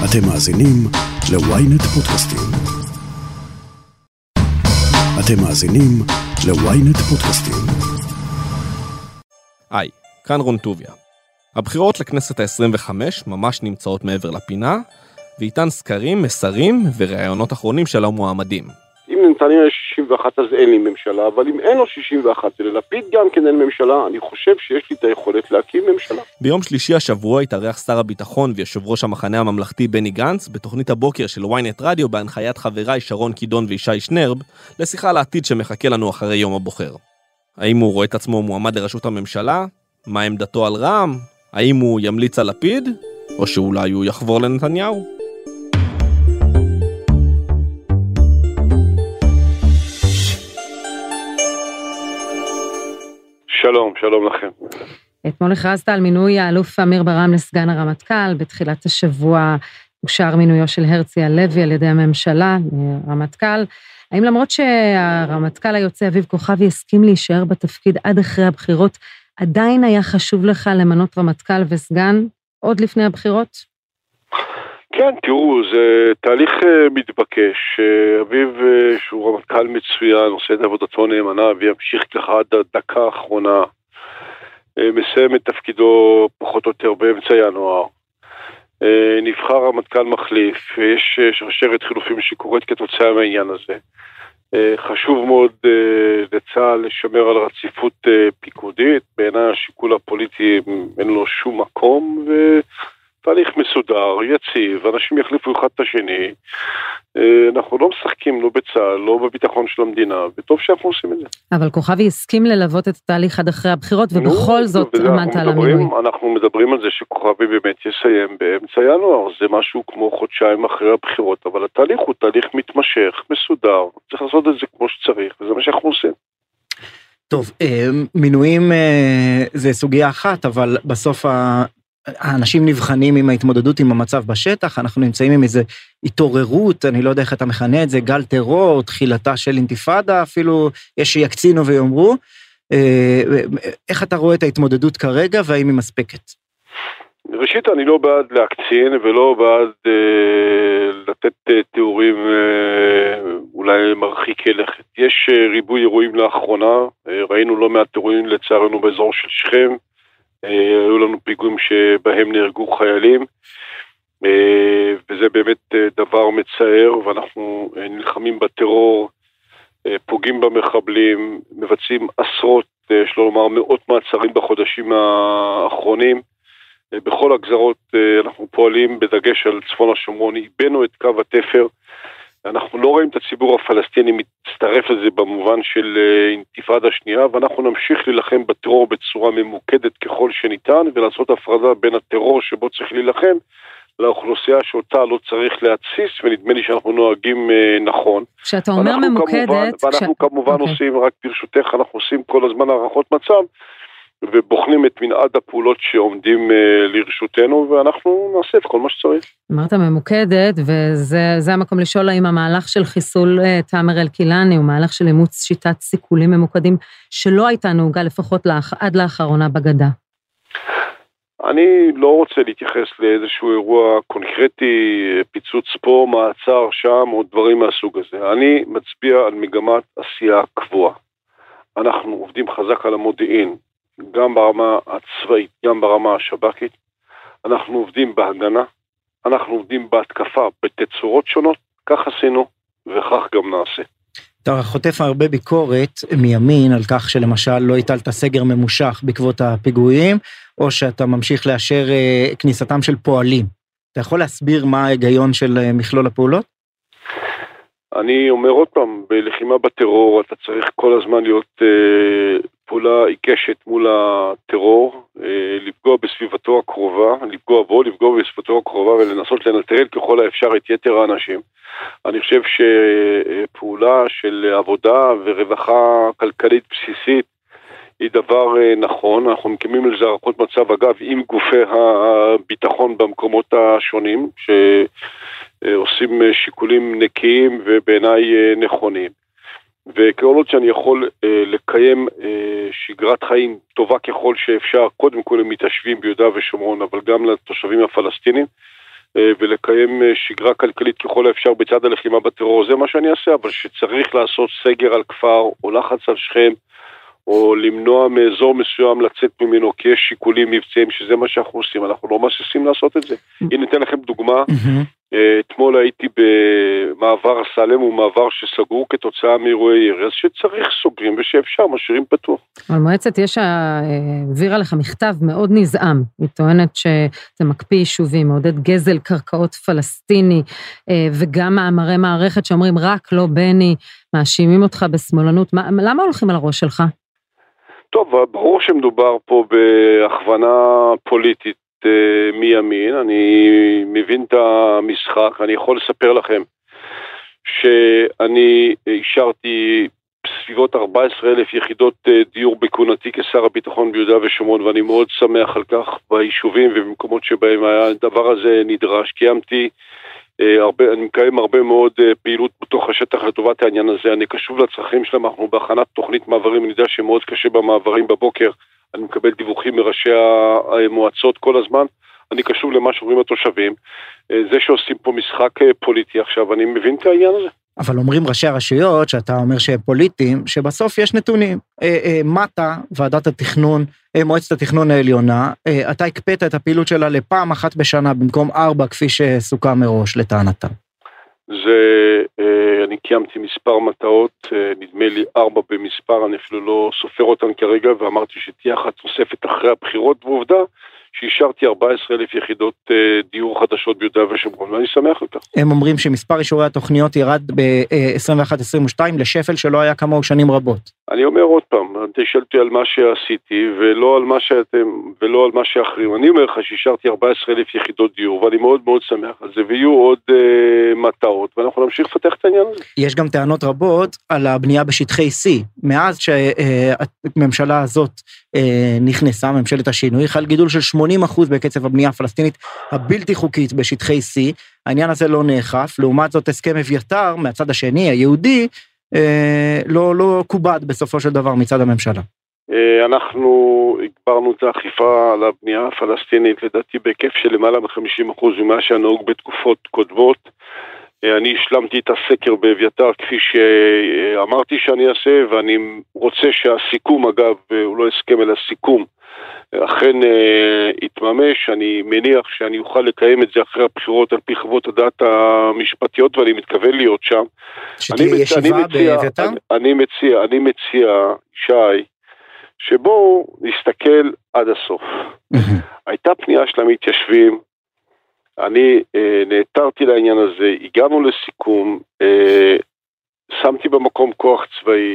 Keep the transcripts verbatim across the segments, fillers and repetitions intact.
אתם מאזינים ל-ynet פודקאסטים. אתם מאזינים ל-ynet פודקאסטים. היי, כאן רון טוביה. הבחירות לכנסת ה-עשרים וחמש ממש נמצאות מעבר לפינה, ואיתן סקרים, מסרים וראיונות אחרונים של המועמדים. אם לנתניהו יש שישים ואחת אז אין לי ממשלה, אבל אם אין לו שישים ואחת וללפיד גם כן אין ממשלה, אני חושב שיש לי את היכולת להקים ממשלה. ביום שלישי השבוע התארח שר הביטחון ויושב ראש המחנה הממלכתי בני גנץ בתוכנית הבוקר של ynet רדיו בהנחיית חבריי שרון קידון וישי שנרב לשיחה על העתיד שמחכה לנו אחרי יום הבוחר. האם הוא רואה את עצמו מועמד לראשות הממשלה? מה עמדתו על רע"מ? האם הוא ימליץ על לפיד? או שאולי הוא יחבור לנתניהו? שלום, שלום לכם. אתמול הכרזת על מינוי האלוף אמיר ברם לסגן הרמטכ"ל, בתחילת השבוע אושר מינויו של הרצי הלוי על ידי הממשלה, רמטכ"ל. האם למרות שהרמטכ"ל היוצא אביב כוכבי הסכים להישאר בתפקיד עד אחרי הבחירות, עדיין היה חשוב לך למנות רמטכ"ל וסגן עוד לפני הבחירות? כן, תראו, זה תהליך מתבקש. אביב שהוא רמטכ"ל מצוין, עושה את עבודתו נאמנה וימשיך ככה עד הדקה האחרונה. מסיים את תפקידו פחות או יותר באמצע ינואר. נבחר רמטכ"ל מחליף, יש שרשרת חילופים שקורית כתוצאה מהעניין הזה. חשוב מאוד לצה"ל לשמר על רציפות פיקודית, בעיניי השיקול הפוליטי אין לו שום מקום, ותהליך מסודר, יציב, אנשים יחליפו אחד את השני, אנחנו לא משחקים לא בצה"ל, לא בביטחון של המדינה, וטוב שאנחנו עושים את זה. אבל כוכבי הסכים ללוות את התהליך עד אחרי הבחירות, ובכל זאת עמדת על המינוי. אנחנו מדברים על זה שכוכבי באמת יסיים באמצע ינואר, זה משהו כמו חודשיים אחרי הבחירות, אבל התהליך הוא תהליך מתמשך, מסודר, צריך לעשות את זה כמו שצריך, וזה מה שאנחנו עושים. טוב, מינויים זה סוגיה אחת, אבל בסוף האנשים נבחנים עם ההתמודדות עם המצב בשטח, אנחנו נמצאים עם איזו התעוררות, אני לא יודע איך אתה מכנה את זה, גל טרור, תחילתה של אינתיפאדה, אפילו יש שיקצינו ויאמרו, איך אתה רואה את ההתמודדות כרגע, והאם היא מספקת? ראשית, אני לא בעד להקצין, ולא בעד אה, לתת אה, תיאורים אה, אולי מרחיקי לכת. יש אה, ריבוי אירועים לאחרונה, אה, ראינו לא מעט אירועים לצערנו באזור של שכם, היו לנו פיגועים שבהם נהרגו חיילים, וזה באמת דבר מצער, ואנחנו נלחמים בטרור, פוגעים במחבלים, מבצעים עשרות, שלא לומר מאות מעצרים בחודשים האחרונים, בכל הגזרות אנחנו פועלים בדגש על צפון השומרון, איבנו את קו התפר, אנחנו לא רואים את הציבור הפלסטיני מצטרף לזה במובן של אינתיפאדה שנייה, ואנחנו נמשיך להילחם בטרור בצורה ממוקדת ככל שניתן, ולעשות הפרדה בין הטרור שבו צריך להילחם, לאוכלוסייה שאותה לא צריך להתסיס, ונדמה לי שאנחנו נוהגים נכון. כשאתה אומר ממוקדת... כמובן, ואנחנו כש... כמובן okay. עושים, רק ברשותך, אנחנו עושים כל הזמן הערכות מצב, ובוחנים את מנעד הפעולות שעומדים לרשותנו, ואנחנו נעשה את כל מה שצריך. אמרת ממוקדת, וזה המקום לשאול האם המהלך של חיסול תאמר אל-קילני, הוא מהלך של אימוץ שיטת סיכולים ממוקדים, שלא הייתה נהוגה לפחות עד לאחרונה בגדה. אני לא רוצה להתייחס לאיזשהו אירוע קונקרטי, פיצוץ פה, מעצר שם, או דברים מהסוג הזה. אני מצביע על מגמת עשייה קבועה. אנחנו עובדים חזק על המודיעין, גם ברמה הצבאית, גם ברמה השב"כית, אנחנו עובדים בהגנה, אנחנו עובדים בהתקפה בתצורות שונות, כך עשינו וכך גם נעשה. אתה חוטף הרבה ביקורת מימין על כך שלמשל לא הטלת סגר ממושך בעקבות הפיגועים, או שאתה ממשיך לאשר כניסתם של פועלים. אתה יכול להסביר מה ההיגיון של מכלול הפעולות? אני אומר עוד פעם, בלחימה בטרור אתה צריך כל הזמן להיות אה, פעולה עיקשת מול הטרור, אה, לפגוע בסביבתו הקרובה, לפגוע בו, לפגוע בסביבתו הקרובה ולנסות לנטרל ככל האפשר את יתר האנשים. אני חושב שפעולה של עבודה ורווחה כלכלית בסיסית היא דבר אה, נכון, אנחנו מקימים על זה הערכות מצב אגב עם גופי הביטחון במקומות השונים ש... עושים שיקולים נקיים ובעיניי נכונים. וכל עוד שאני יכול לקיים שגרת חיים טובה ככל שאפשר, קודם כל הם מתיישבים ביהודה ושומרון, אבל גם לתושבים הפלסטינים, ולקיים שגרה כלכלית ככל האפשר בצד הלחימה בטרור, זה מה שאני אעשה, אבל שצריך לעשות סגר על כפר, או לחץ על שכם, או למנוע מאזור מסוים לצאת ממנו, כי יש שיקולים מבצעים שזה מה שאנחנו עושים, אנחנו לא מסיסים לעשות את זה. הנה ניתן לכם דוגמה, אתמול הייתי במעבר סלם, הוא מעבר שסגרו כתוצאה מאירועי ירי, אז שצריך סוגרים ושאפשר, משאירים פתוח. אבל מועצת יש"ע העבירה לך מכתב מאוד נזעם, היא טוענת שזה מקפיא יישובים, מעודד גזל קרקעות פלסטיני, וגם מאמרי מערכת שאומרים רק לא בני, מאשימים אותך בשמאלנות, למה הולכים על הראש שלך? טוב, ברור שמדובר פה בהכוונה פוליטית מימין, אני מבין את המשחק, אני יכול לספר לכם שאני אישרתי סביבות ארבע עשרה אלף יחידות דיור בכהונתי כשר הביטחון ביהודה ושומרון, ואני מאוד שמח על כך ביישובים ובמקומות שבהם הדבר הזה נדרש. קיימתי הרבה, אני מקיים הרבה מאוד פעילות בתוך השטח לטובת העניין הזה, אני קשוב לצרכים שלהם, אנחנו בהכנת תוכנית מעברים, אני יודע שמאוד קשה במעברים בבוקר, אני מקבל דיווחים מראשי המועצות כל הזמן, אני קשוב למה שאומרים התושבים, זה שעושים פה משחק פוליטי עכשיו, אני מבין את העניין הזה. אבל אומרים ראשי הרשויות, שאתה אומר שהם פוליטיים, שבסוף יש נתונים. מטה, ועדת התכנון, מועצת התכנון העליונה, אתה הקפאת את הפעילות שלה לפעם אחת בשנה, במקום ארבע, כפי שסוכם מראש לטענתם. זה, אני קיימתי מספר מטאות, נדמה לי ארבע במספר, אני אפילו לא סופר אותן כרגע, ואמרתי שתהיה אחת נוספת אחרי הבחירות, ועובדה, שאישרתי ארבע עשרה אלף יחידות דיור חדשות ביהודה ושומרון, ואני שמח על כך. הם אומרים שמספר אישורי התוכניות ירד ב-עשרים ואחת עשרים ושתיים לשפל שלא היה כמוהו שנים רבות. אני אומר עוד פעם, תשאלתי על מה שעשיתי, ולא על מה שאתם, ולא על מה שאחרים. אני אומר לך שאישרתי ארבע עשרה אלף יחידות דיור, ואני מאוד מאוד שמח על זה, ויהיו עוד uh, מטרות, ואנחנו נמשיך לפתח את העניין הזה. יש גם טענות רבות על הבנייה בשטחי C. מאז שהממשלה הזאת uh, נכנסה, ממשלת השינוי, חל גידול של שמונים אחוז בקצב הבנייה הפלסטינית הבלתי חוקית בשטחי C. העניין הזה לא נאכף, לעומת זאת הסכם אביתר, מהצד השני, היהודי, לא, לא קובד בסופו של דבר מצד הממשלה. אנחנו הגברנו את האכיפה על הבנייה הפלסטינית, לדעתי בהיקף של למעלה מ-חמישים אחוז ממה שנהוג בתקופות קודמות. אני השלמתי את הסקר באביתר כפי שאמרתי שאני אעשה, ואני רוצה שהסיכום, אגב, הוא לא הסכם אלא סיכום, אכן התממש. אני מניח שאני אוכל לקיים את זה אחרי הבחירות על פי חוות הדעת המשפטיות, ואני מתכוון להיות שם. שתהיה ישיבה באביתר? אני מציע, אני מציע, שי, שבואו נסתכל עד הסוף. הייתה פנייה של המתיישבים, אני אה, נעתרתי לעניין הזה, הגענו לסיכום, אה, שמתי במקום כוח צבאי,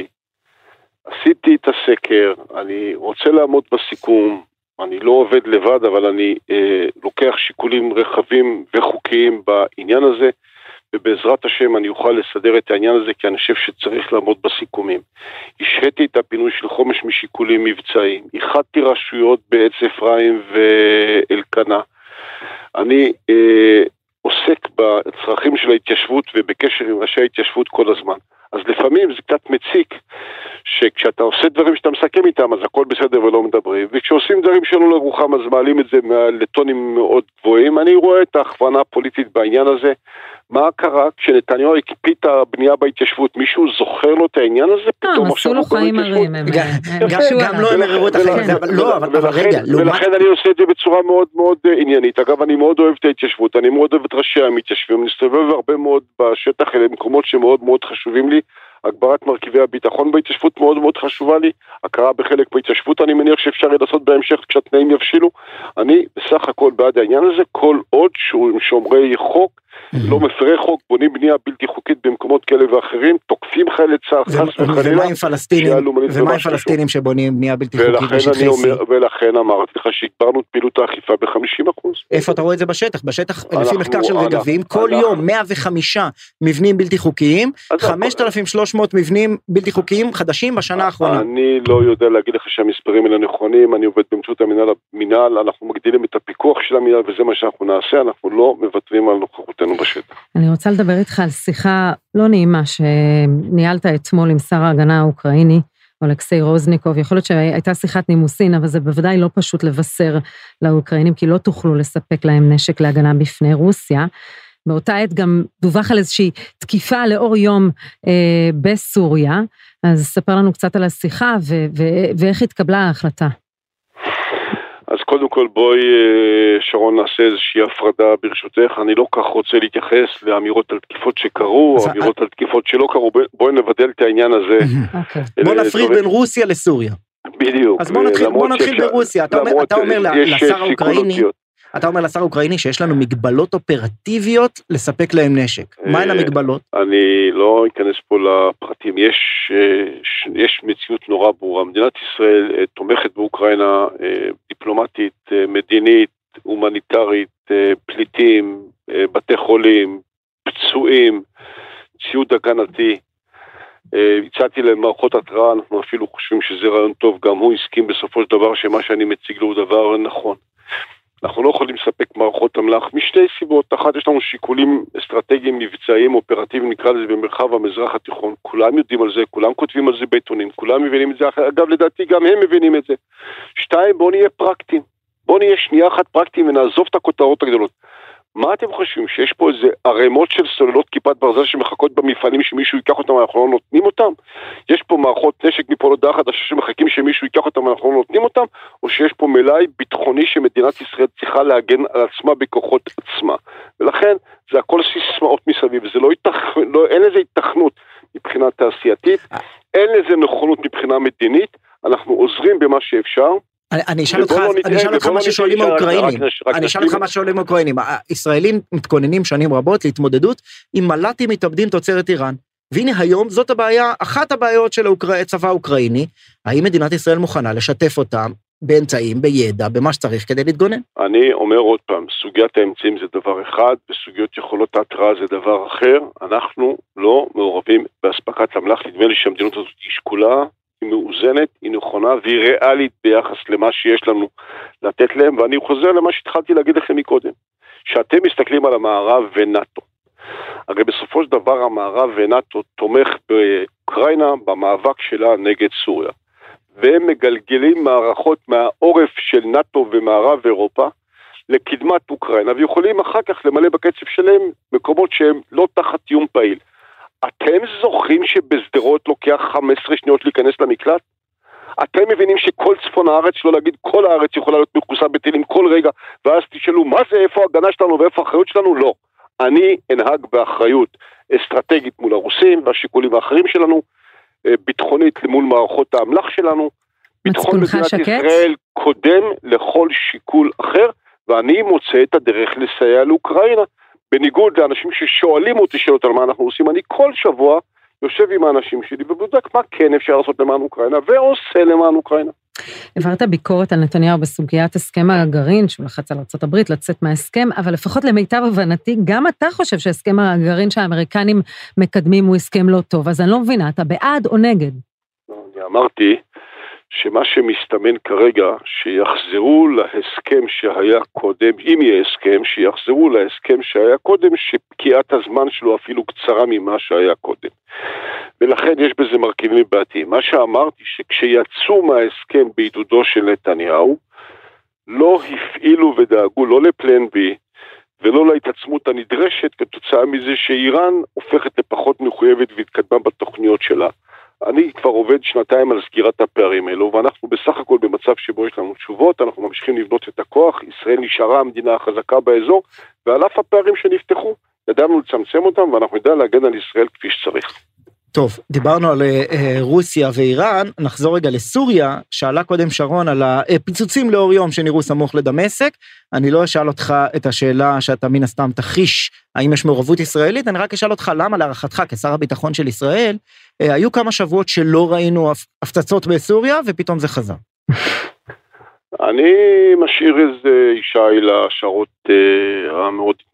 עשיתי את הסקר, אני רוצה לעמוד בסיכום, אני לא עובד לבד, אבל אני אה, לוקח שיקולים רחבים וחוקיים בעניין הזה, ובעזרת השם אני אוכל לסדר את העניין הזה, כי אני חושב שצריך לעמוד בסיכומים. השהיתי את הפינוי של חומש משיקולים מבצעיים, איחדתי רשויות בעץ אפרים ואלקנה, אני אה, עוסק בצרכים של ההתיישבות ובקשר עם ראשי ההתיישבות כל הזמן. אז לפעמים זה קצת מציק, שכשאתה עושה דברים שאתה מסכם איתם, אז הכל בסדר ולא מדברים, וכשעושים דברים שלא לרוחם, אז מעלים את זה לטונים מאוד גבוהים. אני רואה את ההכוונה הפוליטית בעניין הזה. מה קרה כשנתניהו הקפיא את הבנייה בהתיישבות? מישהו זוכר לו את העניין הזה? לא, עשו לו חיים מרים. גם לא הם ערערו את החיים הזה, אבל לא, אבל רגע. ולכן אני עושה את זה בצורה מאוד מאוד עניינית. אגב, אני מאוד אוהב את ההתיישבות, אני מאוד אוהב את ראשי המתיישבים, אני מסתובב הרבה מאוד בשטח, אלה מקומות שמאוד מאוד חשובים לי, הגברת מרכיבי הביטחון בהתיישבות מאוד מאוד חשובה לי, הכרה בחלק בהתיישבות, אני מניח שאפשר לעשות בהמשך כשהתנאים יבשילו. אני בסך הכל בעד העניין הזה, כל עוד שהוא עם שומרי חוק, לא מפרי חוק, בונים בנייה בלתי חוקית במקומות כאלה ואחרים, תוקפים חיילי צה"ל חס וחלילה. ומה עם פלסטינים, ומה עם פלסטינים שבונים בנייה בלתי חוקית בשטחי C? ולכן אמרתי לך שהגברנו את פעילות האכיפה ב-חמישים אחוז. איפה אתה רואה את זה בשטח? בשטח, לפי מחקר של רגבים, כל יום מאה וחמישה מבנים בלתי חוקיים, חמשת אלפים ושלוש מאות מבנים בלתי חוקיים חדשים בשנה האחרונה. אני לא יודע להגיד לך שהמספרים האלה נכונים, אני עובד באמצעות המינהל, אנחנו מגדילים את הפיקוח של המינהל, וזה מה שאנחנו נעשה, אנחנו לא מוותרים על נוכחותנו בשטח. אני רוצה לדבר איתך על שיחה לא נעימה שניהלת אתמול עם שר ההגנה האוקראיני, אלכסיי רוזניקוב, יכול להיות שהייתה שיחת נימוסין, אבל זה בוודאי לא פשוט לבשר לאוקראינים, כי לא תוכלו לספק להם נשק להגנה בפני רוסיה. באותה עת גם דווח על איזושהי תקיפה לאור יום אה, בסוריה, אז ספר לנו קצת על השיחה ו- ו- ואיך התקבלה ההחלטה. אז קודם כל בואי שרון נעשה איזושהי הפרדה ברשותך, אני לא כך רוצה להתייחס לאמירות על תקיפות שקרו, או אמירות על תקיפות שלא קרו, בואי נבדל את העניין הזה. בוא נפריד בין רוסיה לסוריה. בדיוק. אז בוא נתחיל ברוסיה, אתה אומר לשר האוקראיני, אתה אומר לשר האוקראיני שיש לנו מגבלות אופרטיביות לספק להם נשק. מה הן המגבלות? אני לא אכנס פה לפרטים. יש, יש מציאות נורא ברורה. מדינת ישראל תומכת באוקראינה דיפלומטית, מדינית, הומניטרית, פליטים, בתי חולים, פצועים, ציוד הגנתי. הצעתי להם מערכות התראה, אנחנו אפילו חושבים שזה רעיון טוב, גם הוא הסכים בסופו של דבר שמה שאני מציג לו הוא דבר נכון. אנחנו לא יכולים לספק מערכות אמל"ח משתי סיבות. אחת, יש לנו שיקולים אסטרטגיים, מבצעיים, אופרטיביים, נקרא לזה במרחב המזרח התיכון. כולם יודעים על זה, כולם כותבים על זה בעיתונים, כולם מבינים את זה. אגב, לדעתי גם הם מבינים את זה. שתיים, בואו נהיה פרקטיים. בואו נהיה שנייה אחת פרקטיים ונעזוב את הכותרות הגדולות. מה אתם חושבים? שיש פה איזה ערימות של סוללות כיפת ברזל שמחכות במפעלים שמישהו ייקח אותם, אנחנו לא נותנים אותם? יש פה מערכות נשק מפה להודעה חדשה שמחכים שמישהו ייקח אותם, אנחנו לא נותנים אותם? או שיש פה מלאי ביטחוני שמדינת ישראל צריכה להגן על עצמה בכוחות עצמה? ולכן זה הכל סיסמאות מסביב, זה לא יתכ... לא, אין לזה התכנות מבחינה תעשייתית, אין לזה נכונות מבחינה מדינית, אנחנו עוזרים במה שאפשר, אני אשאל אותך, אני אשאל אותך מה ששואלים האוקראינים, אני אשאל אותך מה ששואלים האוקראינים, הישראלים מתכוננים שנים רבות להתמודדות עם מל"טים מתאבדים תוצרת איראן, והנה היום זאת הבעיה, אחת הבעיות של הצבא האוקראיני, האם מדינת ישראל מוכנה לשתף אותם באמצעים, בידע, במה שצריך כדי להתגונן? אני אומר עוד פעם, סוגיית האמצעים זה דבר אחד, וסוגיות יכולות ההתראה זה דבר אחר, אנחנו לא מעורבים בהספקת אמל"ח, נדמה לי שהמדינות הזאת היא שקולה, היא מאוזנת, היא נכונה והיא ריאלית ביחס למה שיש לנו לתת להם, ואני חוזר למה שהתחלתי להגיד לכם מקודם, שאתם מסתכלים על המערב ונאטו. הרי בסופו של דבר המערב ונאטו תומך באוקראינה במאבק שלה נגד סוריה, והם מגלגלים מערכות מהעורף של נאטו ומערב אירופה לקדמת אוקראינה, ויכולים אחר כך למלא בקצב שלהם מקומות שהם לא תחת איום פעיל. אתם זוכרים שבסדרות לוקח חמש עשרה שניות להיכנס למקלט? אתם מבינים שכל צפון הארץ, שלא להגיד כל הארץ, יכולה להיות מכוסה בטילים כל רגע, ואז תשאלו מה זה, איפה ההגנה שלנו ואיפה האחריות שלנו? לא. אני אנהג באחריות אסטרטגית מול הרוסים והשיקולים האחרים שלנו, ביטחונית מול מערכות האמל"ח שלנו, ביטחון מדינת ישראל קודם לכל שיקול אחר, ואני מוצא את הדרך לסייע לאוקראינה. בניגוד לאנשים ששואלים אותי שאלות על מה אנחנו עושים, אני כל שבוע יושב עם האנשים שלי ובודק מה כן אפשר לעשות למען אוקראינה, ועושה למען אוקראינה. העברת ביקורת על נתניהו בסוגיית הסכם הגרעין, שהוא לחץ על ארצות הברית לצאת מההסכם, אבל לפחות למיטב הבנתי, גם אתה חושב שהסכם הגרעין שהאמריקנים מקדמים הוא הסכם לא טוב, אז אני לא מבינה, אתה בעד או נגד? אני אמרתי שמה שמסתמן כרגע, שיחזרו להסכם שהיה קודם, אם יהיה הסכם, שיחזרו להסכם שהיה קודם, שפקיעת הזמן שלו אפילו קצרה ממה שהיה קודם. ולכן יש בזה מרכיבים בעתיים. מה שאמרתי, שכשיצאו מההסכם בעידודו של נתניהו, לא הפעילו ודאגו לא לפלן בי, ולא להתעצמות הנדרשת, כתוצאה מזה שאיראן הופכת לפחות מחויבת והתקדמה בתוכניות שלה. אני כבר עובד שנתיים על סגירת הפערים האלו, ואנחנו בסך הכל במצב שבו יש לנו תשובות, אנחנו ממשיכים לבנות את הכוח, ישראל נשארה המדינה החזקה באזור, ועל אף הפערים שנפתחו, ידענו לצמצם אותם, ואנחנו נדע להגן על ישראל כפי שצריך. טוב, דיברנו על uh, רוסיה ואיראן, נחזור רגע לסוריה, שאלה קודם שרון על הפיצוצים לאור יום שנראו סמוך לדמשק, אני לא אשאל אותך את השאלה שאתה מן הסתם תחיש, האם יש מעורבות ישראלית, אני רק אשאל אותך למה להערכתך כשר הביטחון של ישראל, uh, היו כמה שבועות שלא ראינו הפצצות בסוריה, ופתאום זה חזר. אני משאיר איזה אישה לשערות uh, המאוד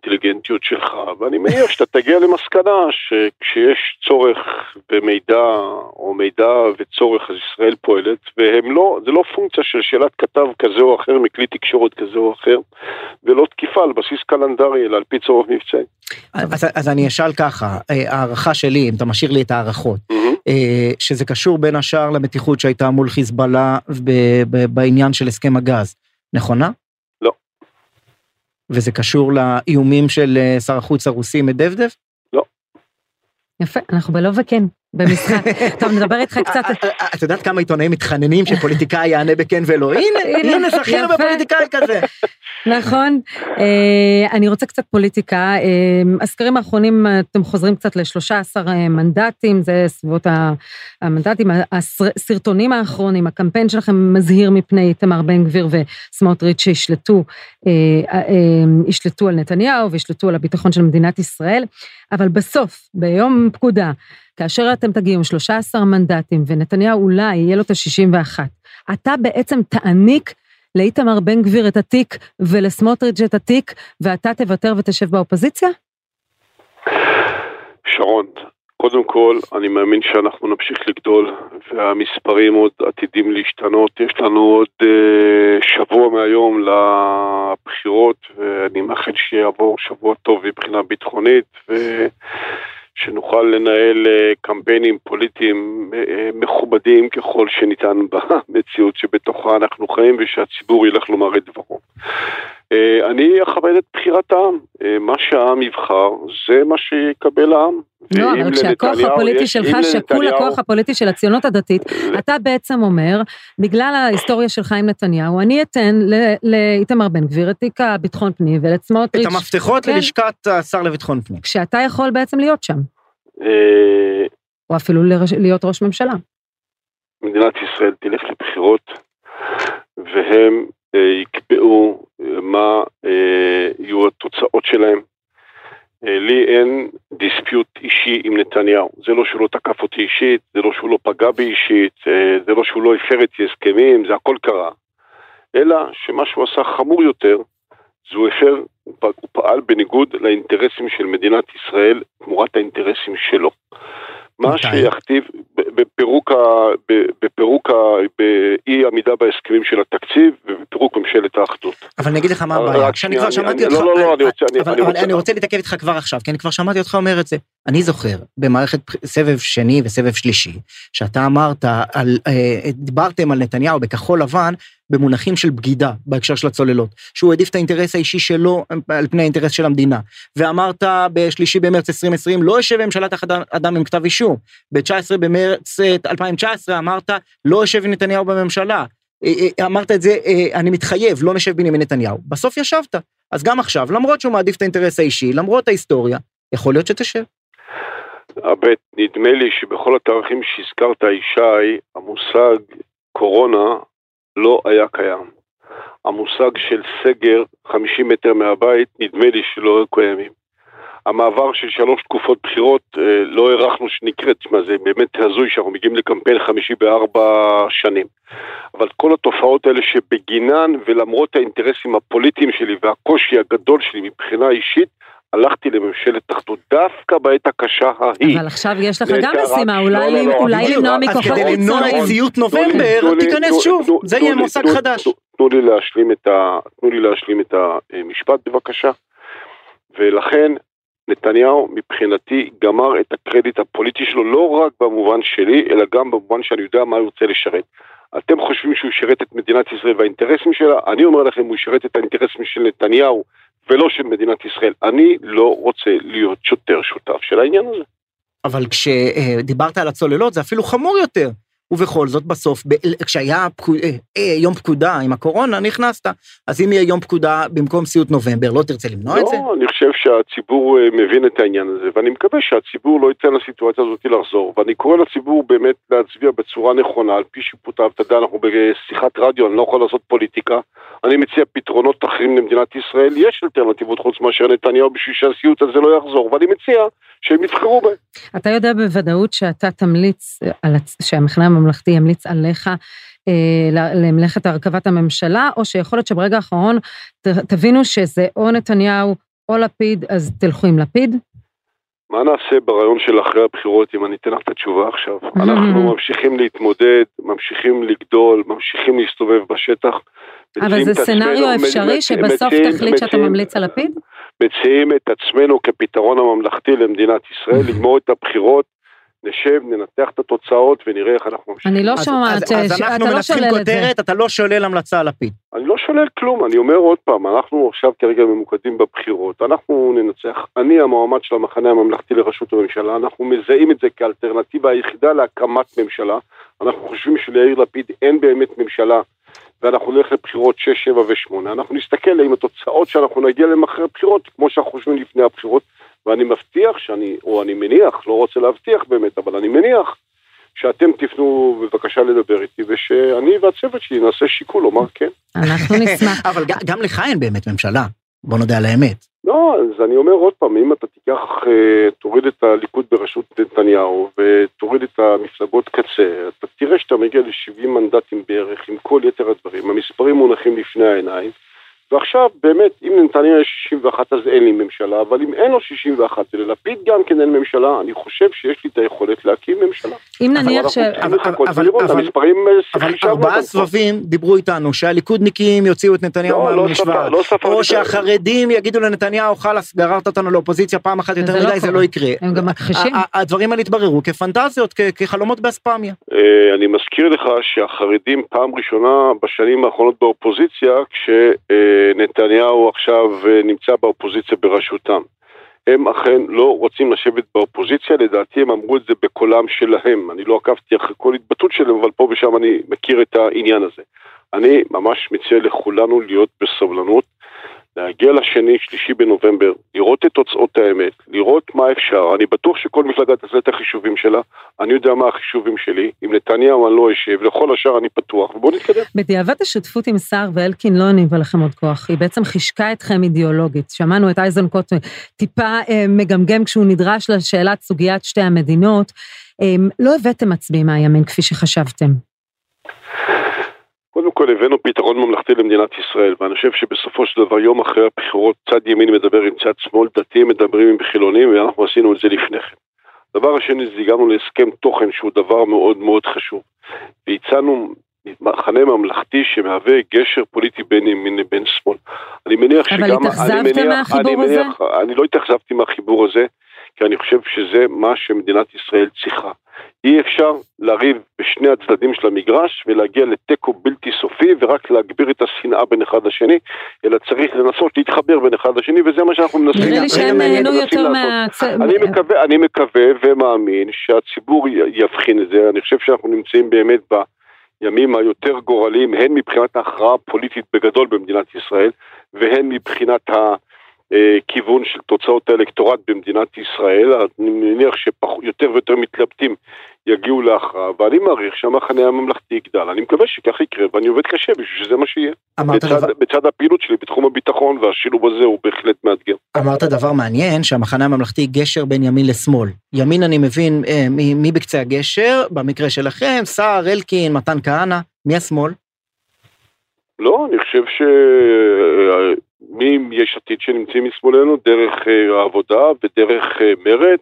האינטליגנטיות שלך, ואני מניח שאתה תגיע למסקנה שכשיש צורך במידע או מידע וצורך, אז ישראל פועלת, והם לא, זה לא פונקציה של שאלת כתב כזה או אחר, מכלי תקשורת כזה או אחר, ולא תקיפה על בסיס קלנדרי, אלא על פי צורך מבצעי. אז, אז אני אשאל ככה, הערכה שלי, אם אתה משאיר לי את הערכות, mm-hmm. שזה קשור בין השאר למתיחות שהייתה מול חיזבאללה בעניין של הסכם הגז, נכונה? לא. וזה קשור לאיומים של שר החוץ הרוסי מדבדב? לא. יפה, אנחנו בלא וכן, במשחק. טוב, נדבר איתך קצת. את יודעת כמה עיתונאים מתחננים שפוליטיקאי יענה בכן ולא? הנה, הנה, זכינו בפוליטיקאי כזה. נכון, אני רוצה קצת פוליטיקה, הסקרים האחרונים אתם חוזרים קצת ל-שלושה עשר מנדטים, זה סביבות המנדטים, הסרטונים האחרונים, הקמפיין שלכם מזהיר מפני איתמר בן גביר וסמוטריץ' שישלטו, ישלטו על נתניהו וישלטו על הביטחון של מדינת ישראל, אבל בסוף, ביום פקודה, כאשר אתם תגיעו שלושה עשר מנדטים ונתניהו אולי יהיה לו את ה-שישים ואחת, אתה בעצם תעניק לאיתמר בן גביר את התיק ולסמוטריץ' את התיק, ואתה תוותר ותשב באופוזיציה? שרון, קודם כל אני מאמין שאנחנו נמשיך לגדול, והמספרים עוד עתידים להשתנות. יש לנו עוד אה, שבוע מהיום לבחירות, ואני מאחל שיעבור שבוע טוב מבחינה ביטחונית, ו... שנוכל לנהל קמפיינים פוליטיים מכובדים ככל שניתן במציאות שבתוכה אנחנו חיים, ושהציבור ילך לומר את דברו. אני אכבד את בחירת העם, מה שהעם יבחר זה מה שיקבל העם. לא, אבל כשהכוח הפוליטי שלך שקול לכוח הפוליטי של הציונות הדתית, אתה בעצם אומר, בגלל ההיסטוריה שלך עם נתניהו, אני אתן לאיתמר בן גביר את תיק הביטחון פנים ולסמוטריץ' את המפתחות ללשכת השר לביטחון פנים. כשאתה יכול בעצם להיות שם. או אפילו להיות ראש ממשלה. מדינת ישראל תלך לבחירות, והם יקבעו מה יהיו התוצאות שלהם. לי אין דיספיוט אישי עם נתניהו, זה לא שהוא לא תקף אותי אישית, זה לא שהוא לא פגע בי אישית, זה לא שהוא לא הפר את הסכמים, זה הכל קרה, אלא שמה שהוא עשה חמור יותר, זה הוא הפר, הוא פעל בניגוד לאינטרסים של מדינת ישראל, תמורת האינטרסים שלו. מה שיכתיב בפירוק, בפירוק, באי עמידה בהסכמים של התקציב, ובפירוק ממשלת האחדות. אבל אני אגיד לך מה הבעיה, כשאני כבר שמעתי אותך, אבל אני רוצה להתעכב איתך כבר עכשיו, כי אני כבר שמעתי אותך אומר את זה. אני זוכר, במערכת סבב שני וסבב שלישי, שאתה אמרת, דיברתם על נתניהו בכחול לבן, במונחים של בגידה, בהקשר של הצוללות, שהוא העדיף את האינטרס האישי שלו, על פני האינטרס של המדינה, ואמרת בשלישי במרץ עשרים עשרים, לא יושב בממשלה תחת אדם עם כתב אישום, ב-תשעה עשר במרץ אלפיים תשע עשרה אמרת, לא יושב נתניהו בממשלה, אמרת את זה, אני מתחייב, לא נשב בנימין נתניהו, בסוף ישבת, אז גם עכשיו, למרות שהוא מעדיף את האינטרס האישי, למרות ההיסטוריה, יכול להיות שתשב. הבית, נדמה לי שבכל התאריכים שהזכרת ישי, המושג קורונה לא היה קיים. המושג של סגר חמישים מטר מהבית, נדמה לי שלא היו קיימים. המעבר של שלוש תקופות בחירות, לא הערכנו שנקראת, מה זה באמת הזוי שאנחנו מגיעים לקמפיין חמישי בארבע שנים. אבל כל התופעות האלה שבגינן ולמרות האינטרסים הפוליטיים שלי והקושי הגדול שלי מבחינה אישית, הלכתי לממשלת אחדות דווקא בעת הקשה ההיא. אבל עכשיו יש לך גם משימה, אולי למנוע מכוחות. אז כדי למנוע את ציות נובמבר, תיכנס שוב, זה יהיה מושג חדש. תנו לי להשלים את ה, תנו לי להשלים את המשפט בבקשה. ולכן נתניהו מבחינתי גמר את הקרדיט הפוליטי שלו, לא רק במובן שלי, אלא גם במובן שאני יודע מה הוא רוצה לשרת. אתם חושבים שהוא ישרת את מדינת ישראל והאינטרסים שלה? אני אומר לכם, הוא ישרת את האינטרסים של נתניהו, ולא של מדינת ישראל. אני לא רוצה להיות שוטר שותף של העניין הזה. אבל כשדיברת על הצוללות, זה אפילו חמור יותר. ובכל זאת בסוף, כשהיה יום פקודה עם הקורונה, נכנסת. אז אם יהיה יום פקודה במקום סיוט נובמבר, לא תרצה למנוע את זה? לא, אני חושב שהציבור מבין את העניין הזה, ואני מקווה שהציבור לא ייתן לסיטואציה הזאת לחזור, ואני קורא לציבור באמת להצביע בצורה נכונה, על פי שיפוטיו. אתה יודע, אנחנו בשיחת רדיו, אני לא יכול לעשות פוליטיקה, אני מציע פתרונות אחרים למדינת ישראל, יש אלטרנטיבות חוץ מאשר נתניהו בשביל שהסיוט הזה לא יחזור, ואני מציע שהם יבחרו בהם. אתה יודע בוודאות שאתה תמליץ, שהמחנה הממלכתי ימליץ עליך למלאכת הרכבת הממשלה, או שיכול להיות שברגע האחרון תבינו שזה או נתניהו או לפיד, אז תלכו עם לפיד? מה נעשה ברעיון של אחרי הבחירות, אם אני אתן לך את התשובה עכשיו? אנחנו ממשיכים להתמודד, ממשיכים לגדול, ממשיכים להסתובב בשטח. אבל זה סצנריו אפשרי שבסוף תחליט שאתה ממליץ על לפיד? מציעים את עצמנו כפתרון הממלכתי למדינת ישראל, לגמור את הבחירות, נשב, ננתח את התוצאות ונראה איך אנחנו ממשיכים. אני לא שומעת, אז אנחנו מנתחים כותרת, אתה לא שולל המלצה על לפיד. אני לא שולל כלום, אני אומר עוד פעם, אנחנו עכשיו כרגע ממוקדים בבחירות, אנחנו ננצח, אני המועמד של המחנה הממלכתי לראשות הממשלה, אנחנו מזהים את זה כאלטרנטיבה היחידה להקמת ממשלה, אנחנו חושבים שליאיר לפיד אין באמת ממשלה, ואנחנו נלך לבחירות שש, שבע ושמונה, אנחנו נסתכל עם התוצאות שאנחנו נגיע להם אחרי הבחירות, כמו שאנחנו חושבים לפני הבחירות, ואני מבטיח שאני, או אני מניח, לא רוצה להבטיח באמת, אבל אני מניח שאתם תפנו בבקשה לדבר איתי, ושאני והצוות שלי נעשה שיקול, אומר כן. אנחנו נשמח. אבל גם לך אין באמת ממשלה, בוא נודע על האמת. לא, אז אני אומר עוד פעם, אם אתה תיקח, תוריד את הליכוד בראשות נתניהו, ותוריד את המפלגות קצה, אתה תראה שאתה מגיע ל-שבעים מנדטים בערך, עם כל יתר הדברים, המספרים מונחים לפני העיניים, ועכשיו באמת, אם לנתניהו יש שישים ואחת אז אין לי ממשלה, אבל אם אין לו שישים ואחת, וללפיד גם כן אין ממשלה, אני חושב שיש לי את היכולת להקים ממשלה. אם נניח ש... אבל ארבעה סבבים דיברו איתנו, שהליכודניקים יוציאו את נתניהו מהמשוואה, או שהחרדים יגידו לנתניהו, חלאס, גררת אותנו לאופוזיציה פעם אחת יותר מדי, זה לא יקרה. הם גם מכחישים. הדברים האלה התבררו כפנטזיות, כחלומות באספמיה. אני מזכיר לך שהחרדים פעם ראשונה בשנים האחרונות באופוזיציה, כש נתניהו עכשיו נמצא באופוזיציה בראשותם. הם אכן לא רוצים לשבת באופוזיציה, לדעתי הם אמרו את זה בקולם שלהם. אני לא עקבתי אחרי כל התבטאות שלהם, אבל פה ושם אני מכיר את העניין הזה. אני ממש מציע לכולנו להיות בסבלנות, להגיע לשני, שלישי בנובמבר, לראות את תוצאות האמת, לראות מה אפשר. אני בטוח שכל מפלגה תעשה את החישובים שלה, אני יודע מה החישובים שלי, עם נתניהו אני לא אשב, לכל השאר אני פתוח, ובואו נתקדם. בדיעבד השותפות עם סער ואלקין לא הניבה לכם עוד כוח, היא בעצם חישקה אתכם אידיאולוגית, שמענו את אייזנקוט טיפה אה, מגמגם כשהוא נדרש לשאלת סוגיית שתי המדינות, אה, לא הבאתם מצביעים מהימין כפי שחשבתם. קודם כל הבאנו פתרון ממלכתי למדינת ישראל, ואני חושב שבסופו של דבר יום אחרי הבחירות צד ימין מדבר עם צד שמאל, דתיים מדברים עם חילונים, ואנחנו עשינו את זה לפני כן. דבר השני זה הגענו להסכם תוכן שהוא דבר מאוד מאוד חשוב, והצענו מחנה ממלכתי שמהווה גשר פוליטי בין ימין לבין שמאל. אני מניח שגם... אבל התאכזבתם מהחיבור הזה? אני לא התאכזבתי מהחיבור הזה, כי אני חושב שזה מה שמדינת ישראל צריכה. אי אפשר לריב בשני הצדדים של המגרש ולהגיע לטקו בלתי סופי ורק להגביר את השנאה בין אחד לשני, אלא צריך לנסות להתחבר בין אחד לשני, וזה מה שאנחנו מנסים. נראה לי שהם נהנו יותר מה... אני מקווה, אני מקווה ומאמין שהציבור יבחין את זה. אני חושב שאנחנו נמצאים באמת בימים היותר גורליים, הן מבחינת ההכרעה הפוליטית בגדול במדינת ישראל, והן מבחינת ה... כיוון של תוצאות האלקטורט במדינת ישראל. אני מניח שיותר ויותר מתלבטים יגיעו להכרעה, ואני מעריך שהמחנה הממלכתי יגדל. אני מקווה שכך יקרה, ואני עובד קשה בשביל שזה מה שיהיה. בצד, דבר... בצד הפעילות שלי בתחום הביטחון, והשילוב הזה הוא בהחלט מאתגר. אמרת דבר מעניין, שהמחנה הממלכתי גשר בין ימין לשמאל. ימין אני מבין אה, מי, מי בקצה הגשר, במקרה שלכם, סער, אלקין, מתן כהנא, מי השמאל? לא, אני חושב ש... מי יש עתיד שנמצאים משמאלנו, דרך העבודה ודרך מרץ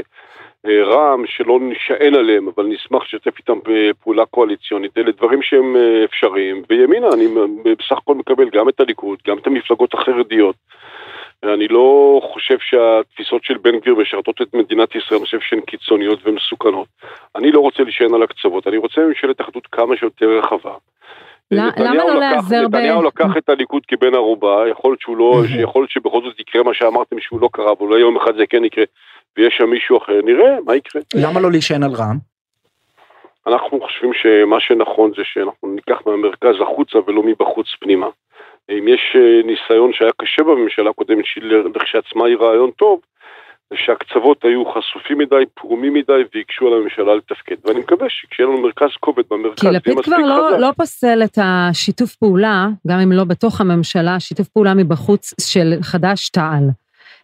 ורע"מ שלא נשען עליהם, אבל נשמח לשתף איתם פעולה קואליציונית. אלה דברים שהם אפשריים, וימינה אני בסך הכל מקבל גם את הליכוד, גם את המפלגות החרדיות. אני לא חושב שהתפיסות של בן גביר משרתות את מדינת ישראל, אני חושב שהן קיצוניות ומסוכנות. אני לא רוצה להישען על הקצוות, אני רוצה ממשלת אחדות כמה שיותר רחבה. למה לא לעזר ב... נתניהו לקח את הליכוד כבן ערובה, יכול להיות שהוא לא, יכול להיות שבכל זאת יקרה מה שאמרתם שהוא לא קרה, ואולי יום אחד זה כן יקרה, ויש שם מישהו אחר, נראה מה יקרה. למה לא להישען על רע"מ? אנחנו חושבים שמה שנכון זה שאנחנו ניקח מהמרכז החוצה ולא מבחוץ פנימה. אם יש ניסיון שהיה קשה בממשלה הקודמת, שלכשעצמה היא רעיון טוב, שהקצוות היו חשופים מדי, פרומים מדי, ויקשו על הממשלה לתפקד. ואני מקווה שכשיהיה לנו מרכז כובד במרכז... כי לפיד כבר לא, לא פוסל את השיתוף פעולה, גם אם לא בתוך הממשלה, שיתוף פעולה מבחוץ של חד"ש תע"ל.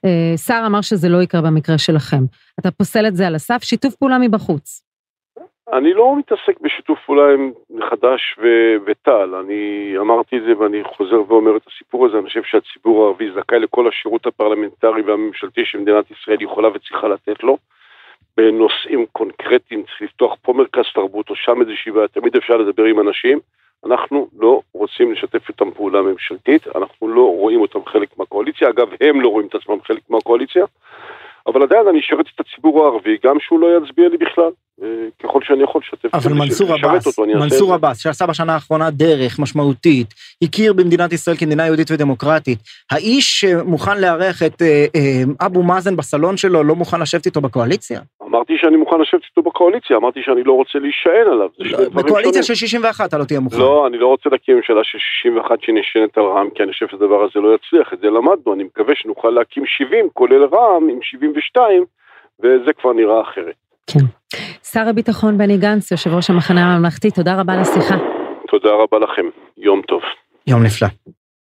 סער אמר שזה לא יקרה במקרה שלכם. אתה פוסל את זה על הסף, שיתוף פעולה מבחוץ. אני לא מתעסק בשיתוף פעולה עם חד"ש וטל, אני אמרתי את זה ואני חוזר ואומר את הסיפור הזה, אני חושב שהציבור הערבי זכאי לכל השירות הפרלמנטרי והממשלתי שמדינת ישראל יכולה וצריכה לתת לו, בנושאים קונקרטיים, צריך לפתוח פה מרכז תרבות או שם איזושהי בעיה, תמיד אפשר לדבר עם אנשים, אנחנו לא רוצים לשתף איתם פעולה ממשלתית, אנחנו לא רואים אותם חלק מהקואליציה, אגב הם לא רואים את עצמם חלק מהקואליציה, אבל עדיין אני אשרת את הציבור הערבי, גם שהוא לא יצביע לי בכלל, ככל שאני יכול לשתף. אבל מנסור עבאס, מנסור עבאס, שעשה בשנה האחרונה דרך משמעותית, הכיר במדינת ישראל כמדינה יהודית ודמוקרטית, האיש שמוכן לארח את אבו מאזן בסלון שלו, לא מוכן לשבת איתו בקואליציה? אמרתי שאני מוכן לשבת איתו בקואליציה, אמרתי שאני לא רוצה להישען עליו. בקואליציה של שישים ואחת אתה לא תהיה מוכן. לא, אני לא רוצה להקים ממשלה של שישים ואחת שנשענת על רע"מ, כי אני חושב שהדבר הזה לא יצליח, את זה למדנו, אני מקווה שנוכל להקים שבעים, כולל רע"מ עם שבעים ושתיים, וזה כבר נראה אחרת. כן. שר הביטחון בני גנץ, יושב ראש המחנה הממלכתי, תודה רבה לשיחה. תודה רבה לכם, יום טוב. יום נפלא.